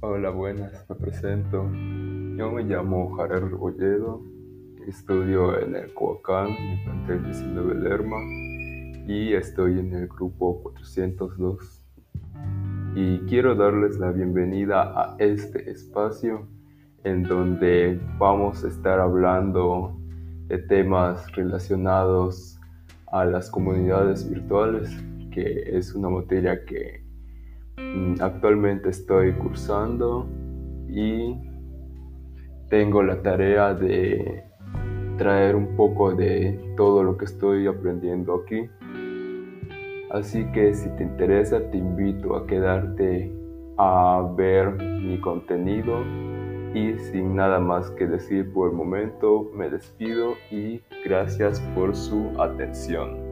Hola, buenas, me presento. Yo me llamo Jared Rebolledo, estudio en el Coacán, en el plantel 19 Lerma, y estoy en el grupo 402. Y quiero darles la bienvenida a este espacio en donde vamos a estar hablando de temas relacionados a las comunidades virtuales, que es una materia que actualmente estoy cursando y tengo la tarea de traer un poco de todo lo que estoy aprendiendo aquí. Así que si te interesa, te invito a quedarte a ver mi contenido y sin nada más que decir por el momento, me despido y gracias por su atención.